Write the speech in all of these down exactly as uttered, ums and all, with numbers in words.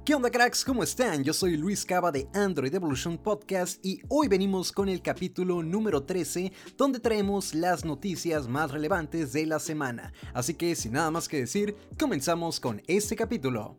¿Qué onda, cracks? ¿Cómo están? Yo soy Luis Cava de Android Evolution Podcast y hoy venimos con el capítulo número trece, donde traemos las noticias más relevantes de la semana. Así que sin nada más que decir, comenzamos con este capítulo.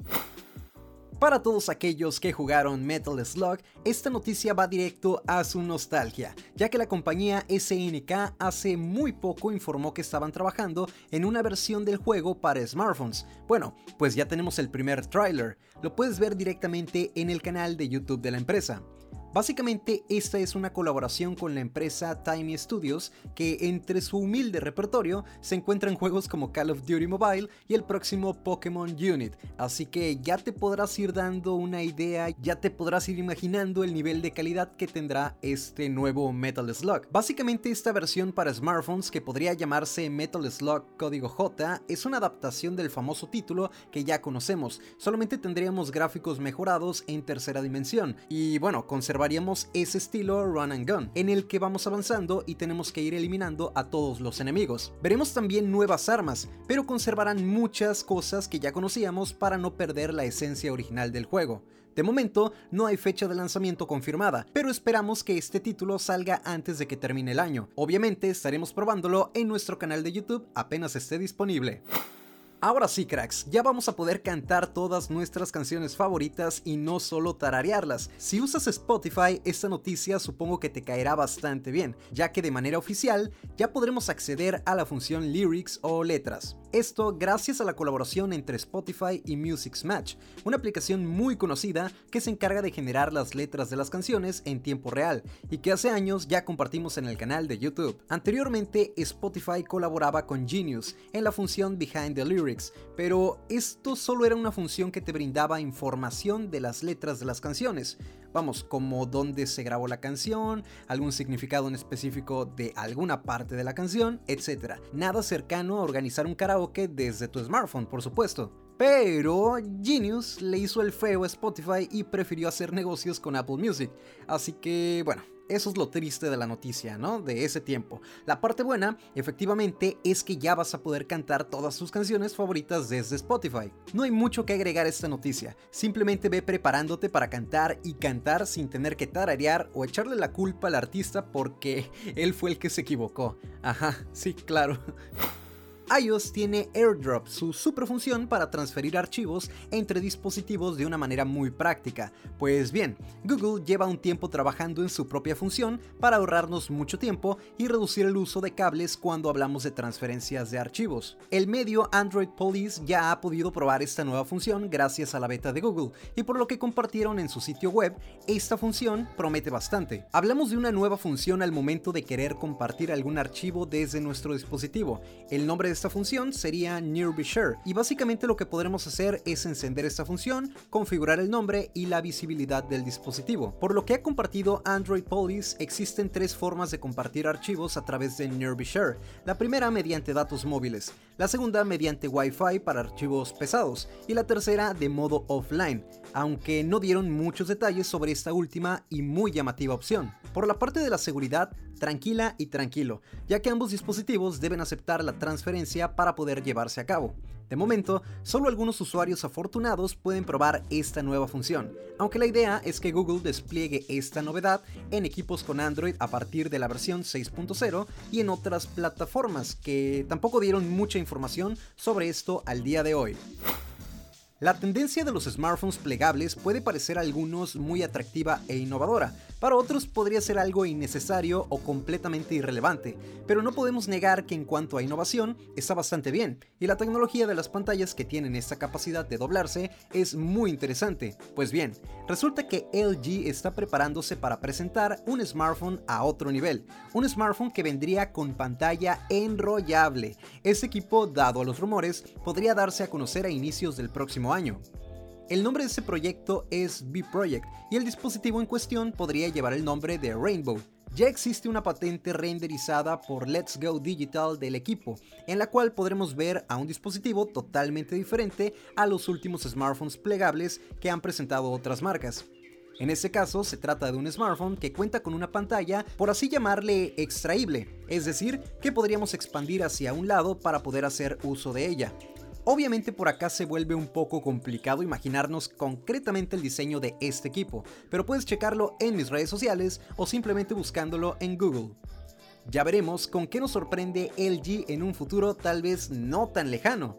Para todos aquellos que jugaron Metal Slug, esta noticia va directo a su nostalgia, ya que la compañía S N K hace muy poco informó que estaban trabajando en una versión del juego para smartphones. Bueno, pues ya tenemos el primer tráiler, lo puedes ver directamente en el canal de YouTube de la empresa. Básicamente esta es una colaboración con la empresa Tiny Studios, que entre su humilde repertorio se encuentran juegos como Call of Duty Mobile y el próximo Pokémon Unit, así que ya te podrás ir dando una idea, ya te podrás ir imaginando el nivel de calidad que tendrá este nuevo Metal Slug. Básicamente esta versión para smartphones, que podría llamarse Metal Slug Código J, es una adaptación del famoso título que ya conocemos, solamente tendríamos gráficos mejorados en tercera dimensión y bueno, conservaríamos ese estilo run and gun, en el que vamos avanzando y tenemos que ir eliminando a todos los enemigos. Veremos también nuevas armas, pero conservarán muchas cosas que ya conocíamos para no perder la esencia original del juego. De momento no hay fecha de lanzamiento confirmada, pero esperamos que este título salga antes de que termine el año. Obviamente estaremos probándolo en nuestro canal de YouTube apenas esté disponible. Ahora sí, cracks, ya vamos a poder cantar todas nuestras canciones favoritas y no solo tararearlas. Si usas Spotify, esta noticia supongo que te caerá bastante bien, ya que de manera oficial ya podremos acceder a la función Lyrics o letras. Esto gracias a la colaboración entre Spotify y Music Match, una aplicación muy conocida que se encarga de generar las letras de las canciones en tiempo real y que hace años ya compartimos en el canal de YouTube. Anteriormente, Spotify colaboraba con Genius en la función Behind the Lyrics, pero esto solo era una función que te brindaba información de las letras de las canciones. Vamos, como dónde se grabó la canción, algún significado en específico de alguna parte de la canción, etcétera. Nada cercano a organizar un karaoke desde tu smartphone, por supuesto. Pero Genius le hizo el feo a Spotify y prefirió hacer negocios con Apple Music. Así que, bueno, eso es lo triste de la noticia, ¿no? De ese tiempo. La parte buena, efectivamente, es que ya vas a poder cantar todas tus canciones favoritas desde Spotify. No hay mucho que agregar a esta noticia. Simplemente ve preparándote para cantar y cantar sin tener que tararear o echarle la culpa al artista porque él fue el que se equivocó. Ajá, sí, claro. iOS tiene AirDrop, su superfunción para transferir archivos entre dispositivos de una manera muy práctica. Pues bien, Google lleva un tiempo trabajando en su propia función para ahorrarnos mucho tiempo y reducir el uso de cables cuando hablamos de transferencias de archivos. El medio Android Police ya ha podido probar esta nueva función gracias a la beta de Google, y por lo que compartieron en su sitio web, esta función promete bastante. Hablamos de una nueva función al momento de querer compartir algún archivo desde nuestro dispositivo. El nombre de esta función sería Nearby Share y básicamente lo que podremos hacer es encender esta función, configurar el nombre y la visibilidad del dispositivo. Por lo que ha compartido Android Police, existen tres formas de compartir archivos a través de Nearby Share. La primera mediante datos móviles, la segunda mediante Wi-Fi para archivos pesados y la tercera de modo offline, aunque no dieron muchos detalles sobre esta última y muy llamativa opción. Por la parte de la seguridad, tranquila y tranquilo, ya que ambos dispositivos deben aceptar la transferencia para poder llevarse a cabo. De momento, solo algunos usuarios afortunados pueden probar esta nueva función, aunque la idea es que Google despliegue esta novedad en equipos con Android a partir de la versión seis punto cero y en otras plataformas que tampoco dieron mucha información sobre esto al día de hoy. La tendencia de los smartphones plegables puede parecer a algunos muy atractiva e innovadora, para otros podría ser algo innecesario o completamente irrelevante, pero no podemos negar que en cuanto a innovación está bastante bien, y la tecnología de las pantallas que tienen esta capacidad de doblarse es muy interesante. Pues bien, resulta que L G está preparándose para presentar un smartphone a otro nivel, un smartphone que vendría con pantalla enrollable. Este equipo, dado a los rumores, podría darse a conocer a inicios del próximo año. El nombre de este proyecto es V Project y el dispositivo en cuestión podría llevar el nombre de Rainbow. Ya existe una patente renderizada por Let's Go Digital del equipo, en la cual podremos ver a un dispositivo totalmente diferente a los últimos smartphones plegables que han presentado otras marcas. En este caso se trata de un smartphone que cuenta con una pantalla, por así llamarle, extraíble, es decir, que podríamos expandir hacia un lado para poder hacer uso de ella. Obviamente por acá se vuelve un poco complicado imaginarnos concretamente el diseño de este equipo, pero puedes checarlo en mis redes sociales o simplemente buscándolo en Google. Ya veremos con qué nos sorprende L G en un futuro tal vez no tan lejano.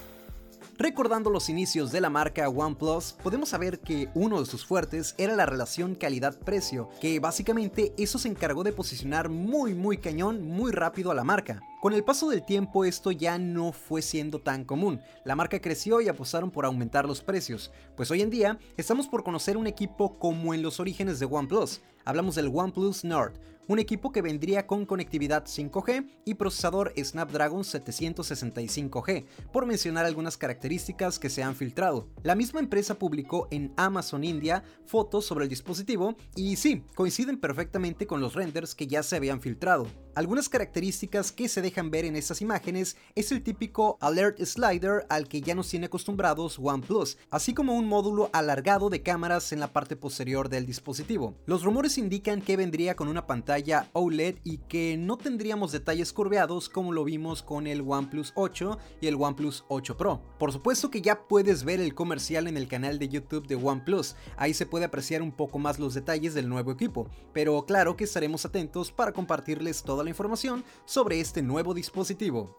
Recordando los inicios de la marca OnePlus, podemos saber que uno de sus fuertes era la relación calidad-precio, que básicamente eso se encargó de posicionar muy muy cañón, muy rápido a la marca. Con el paso del tiempo esto ya no fue siendo tan común, la marca creció y apostaron por aumentar los precios, pues hoy en día estamos por conocer un equipo como en los orígenes de OnePlus. Hablamos del OnePlus Nord, un equipo que vendría con conectividad cinco G y procesador Snapdragon setecientos sesenta y cinco G, por mencionar algunas características que se han filtrado. La misma empresa publicó en Amazon India fotos sobre el dispositivo y sí, coinciden perfectamente con los renders que ya se habían filtrado. Algunas características que se dejan ver en estas imágenes es el típico Alert Slider al que ya nos tiene acostumbrados OnePlus, así como un módulo alargado de cámaras en la parte posterior del dispositivo. Los rumores indican que vendría con una pantalla O L E D y que no tendríamos detalles curveados como lo vimos con el OnePlus ocho y el OnePlus ocho Pro. Por supuesto que ya puedes ver el comercial en el canal de YouTube de OnePlus, ahí se puede apreciar un poco más los detalles del nuevo equipo, pero claro que estaremos atentos para compartirles toda la información sobre este nuevo dispositivo.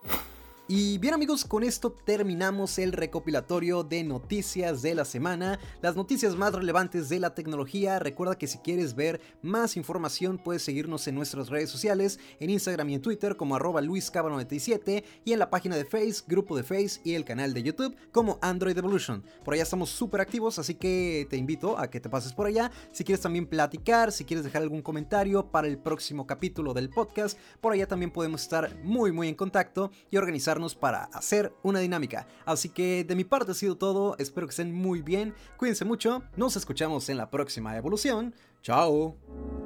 Y bien amigos, con esto terminamos el recopilatorio de noticias de la semana, las noticias más relevantes de la tecnología. Recuerda que si quieres ver más información puedes seguirnos en nuestras redes sociales, en Instagram y en Twitter como arroba luiscaba noventa y siete y en la página de Face, grupo de Face y el canal de YouTube como Android Evolution. Por allá estamos súper activos, así que te invito a que te pases por allá. Si quieres también platicar, si quieres dejar algún comentario para el próximo capítulo del podcast, por allá también podemos estar muy muy en contacto y organizar para hacer una dinámica. Así que de mi parte ha sido todo, espero que estén muy bien, cuídense mucho, nos escuchamos en la próxima evolución, chao.